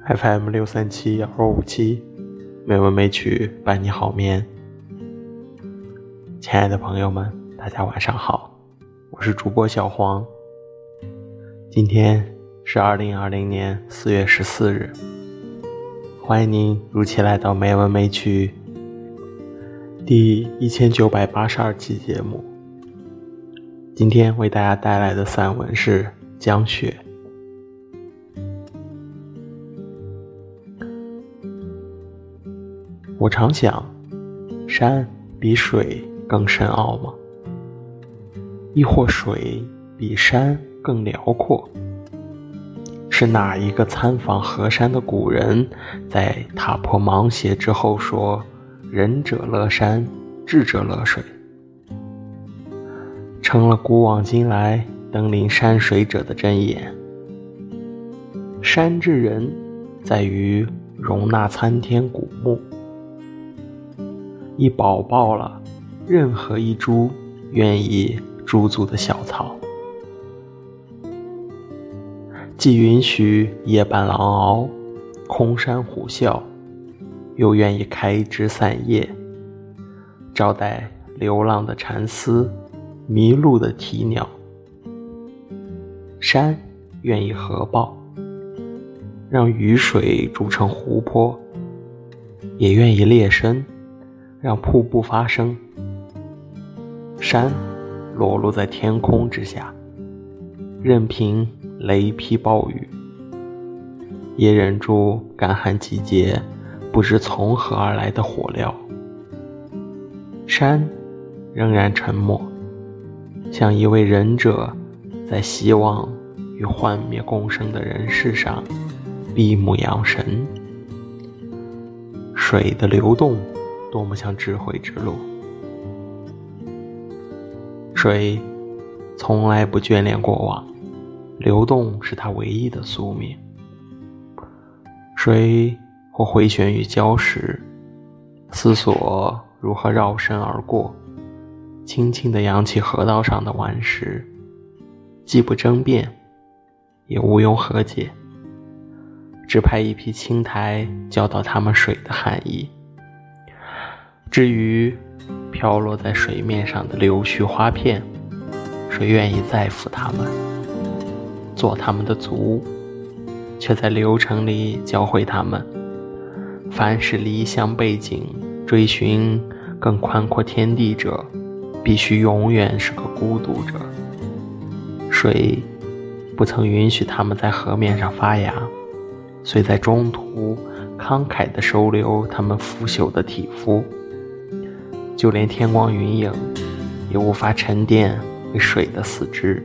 FM6372557，美文美曲伴你好眠。亲爱的朋友们，大家晚上好，我是主播小黄。今天是2020年4月14日，欢迎您如期来到美文美曲第1982期节目。今天为大家带来的散文是江雪。我常想，山比水更深奥吗？亦或水比山更辽阔？是哪一个参访河山的古人在踏破芒鞋之后说，仁者乐山，智者乐水，成了古往今来登临山水者的箴言。山之仁在于容纳参天古木，亦饱爆了任何一株愿意驻足的小草，既允许夜半狼嚎，空山虎啸，又愿意开枝散叶，招待流浪的蚕丝，迷路的啼鸟。山愿意合抱，让雨水筑成湖泊，也愿意裂身，让瀑布发生。山裸露在天空之下，任凭雷劈暴雨，也忍住干旱季节不知从何而来的火燎。山仍然沉默，像一位仁者在希望与幻灭共生的人世上闭目养神。水的流动多么像智慧之路。水从来不眷恋过往，流动是它唯一的宿命。水或回旋于礁石，思索如何绕身而过，轻轻地扬起河道上的顽石，既不争辩，也无庸和解，只派一匹青苔教导他们水的含义。至于飘落在水面上的柳絮花片，谁愿意再抚它们，做他们的足，却在流程里教会他们，凡是离乡背井追寻更宽阔天地者，必须永远是个孤独者。水不曾允许他们在河面上发芽，遂在中途慷慨地收留他们腐朽的体肤，就连天光云影也无法沉淀为水的四肢。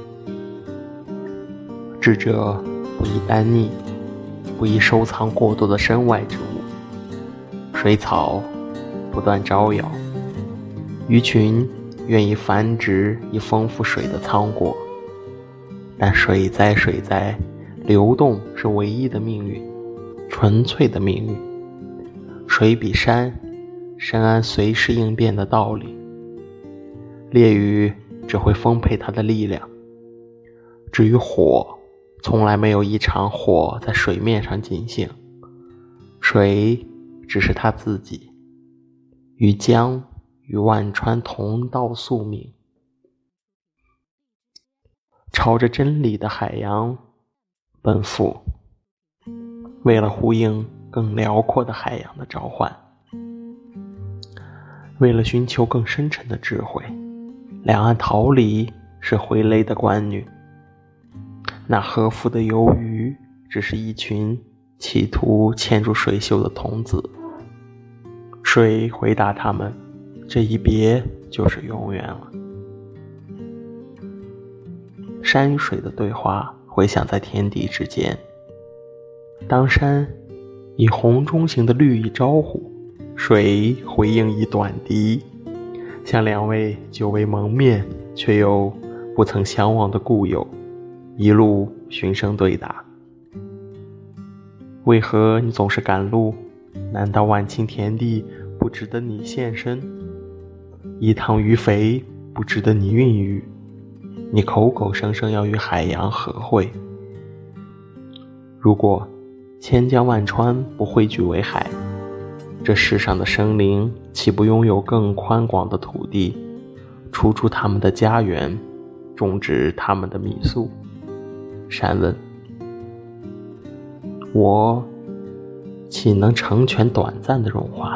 智者不宜单逆，不宜收藏过多的身外之物。水草不断招摇，鱼群愿意繁殖以丰富水的仓国，但水灾，流动是唯一的命运，纯粹的命运。水比山深谙随时应变的道理，烈雨只会丰沛它的力量。至于火，从来没有一场火在水面上进行，水只是它自己，与江与万川同道宿命，朝着真理的海洋奔赴，为了呼应更辽阔的海洋的召唤，为了寻求更深沉的智慧。两岸桃李是回雷的官女，那河浮的游鱼只是一群企图牵住水袖的童子。水回答他们，这一别就是永远了。山与水的对话回响在天地之间。当山以红中型的绿意招呼，水回应以短笛，像两位久未蒙面却又不曾相忘的故友，一路循声对答。为何你总是赶路？难道万顷田地不值得你献身？一塘鱼肥不值得你孕育？你口口声声要与海洋和会。如果千江万川不汇聚为海，这世上的生灵岂不拥有更宽广的土地，出他们的家园，种植他们的米粟？山问：我岂能成全短暂的荣华？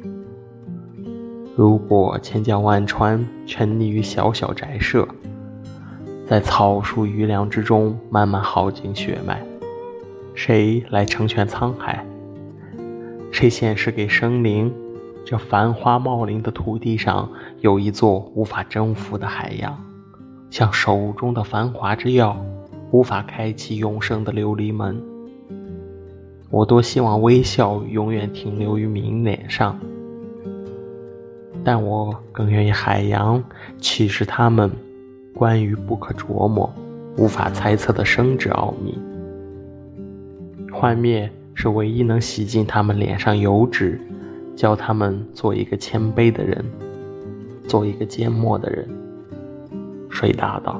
如果千江万川沉溺于小小宅舍，在草树余粮之中慢慢耗尽血脉，谁来成全沧海？谁显示给生灵，这繁花茂林的土地上有一座无法征服的海洋，像手中的繁华之药，无法开启永生的琉璃门。我多希望微笑永远停留于明脸上，但我更愿意海洋启示他们关于不可琢磨、无法猜测的生之奥秘。幻灭是唯一能洗净他们脸上油脂，教他们做一个谦卑的人，做一个缄默的人。水答道：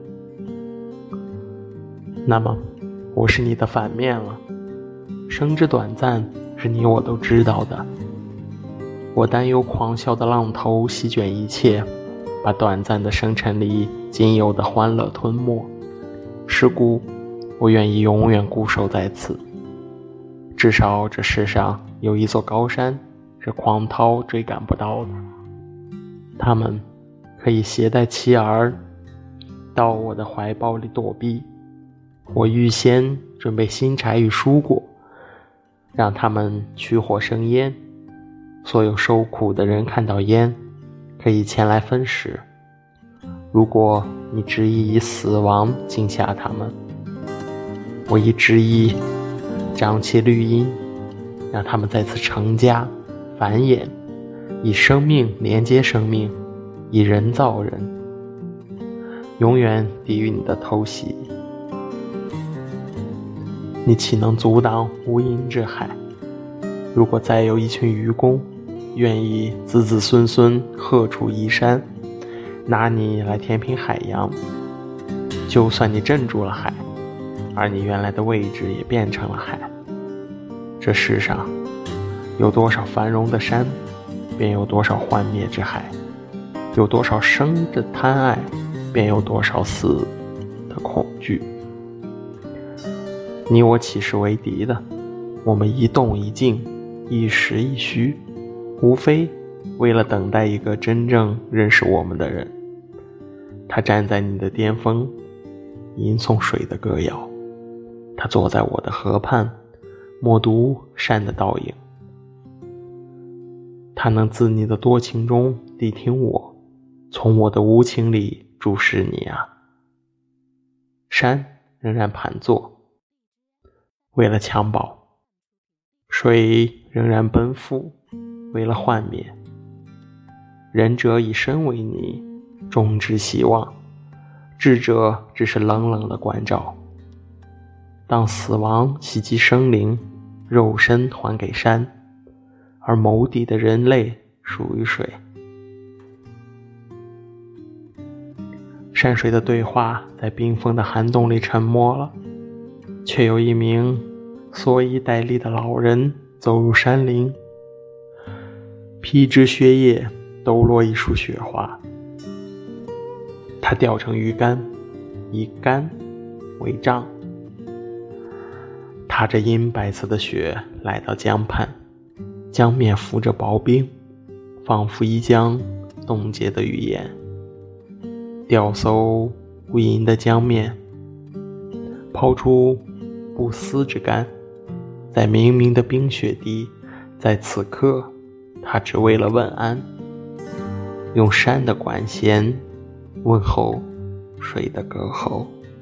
那么我是你的反面了。生之短暂是你我都知道的，我担忧狂啸的浪头席卷一切，把短暂的生辰里仅有的欢乐吞没。是故我愿意永远固守在此，至少这世上有一座高山是狂涛追赶不到的，他们可以携带妻儿到我的怀抱里躲避。我预先准备新柴与蔬果，让他们取火生烟，所有受苦的人看到烟，可以前来分食。如果你执意以死亡惊吓他们，我亦执意长起绿荫，让他们再次成家繁衍，以生命连接生命，以人造人，永远抵御你的偷袭。你岂能阻挡无垠之海？如果再有一群愚公愿意子子孙孙鹤出移山，拿你来填平海洋，就算你镇住了海，而你原来的位置也变成了海，这世上有多少繁荣的山，便有多少幻灭之海；有多少生的贪爱，便有多少死的恐惧。你我岂是为敌的？我们一动一静，一实一虚，无非为了等待一个真正认识我们的人。他站在你的巅峰，吟诵水的歌谣；他坐在我的河畔，默读山的倒影。他能自你的多情中谛听我，从我的无情里注视你啊。山仍然盘坐，为了襁褓；水仍然奔赴，为了幻灭。仁者以身为泥，种植希望；智者只是冷冷的关照。当死亡袭击生灵，肉身还给山，而眸底的人类属于水。山水的对话在冰封的寒冬里沉默了，却有一名蓑衣戴笠的老人走入山林，披枝削叶，抖落一束雪花。他吊成鱼竿，以竿为杖，踏着银白色的雪来到江畔，江面浮着薄冰，仿佛一江冻结的语言。钓叟无垠的江面，抛出不丝之竿，在明明的冰雪地，在此刻他只为了问安，用山的管弦问候水的歌喉。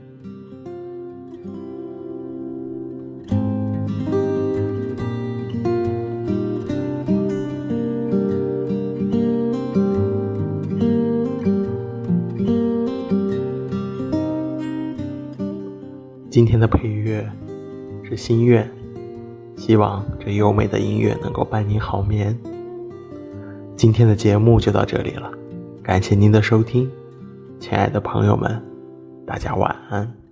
今天的配乐是心愿，希望这优美的音乐能够伴您好眠。今天的节目就到这里了，感谢您的收听，亲爱的朋友们，大家晚安。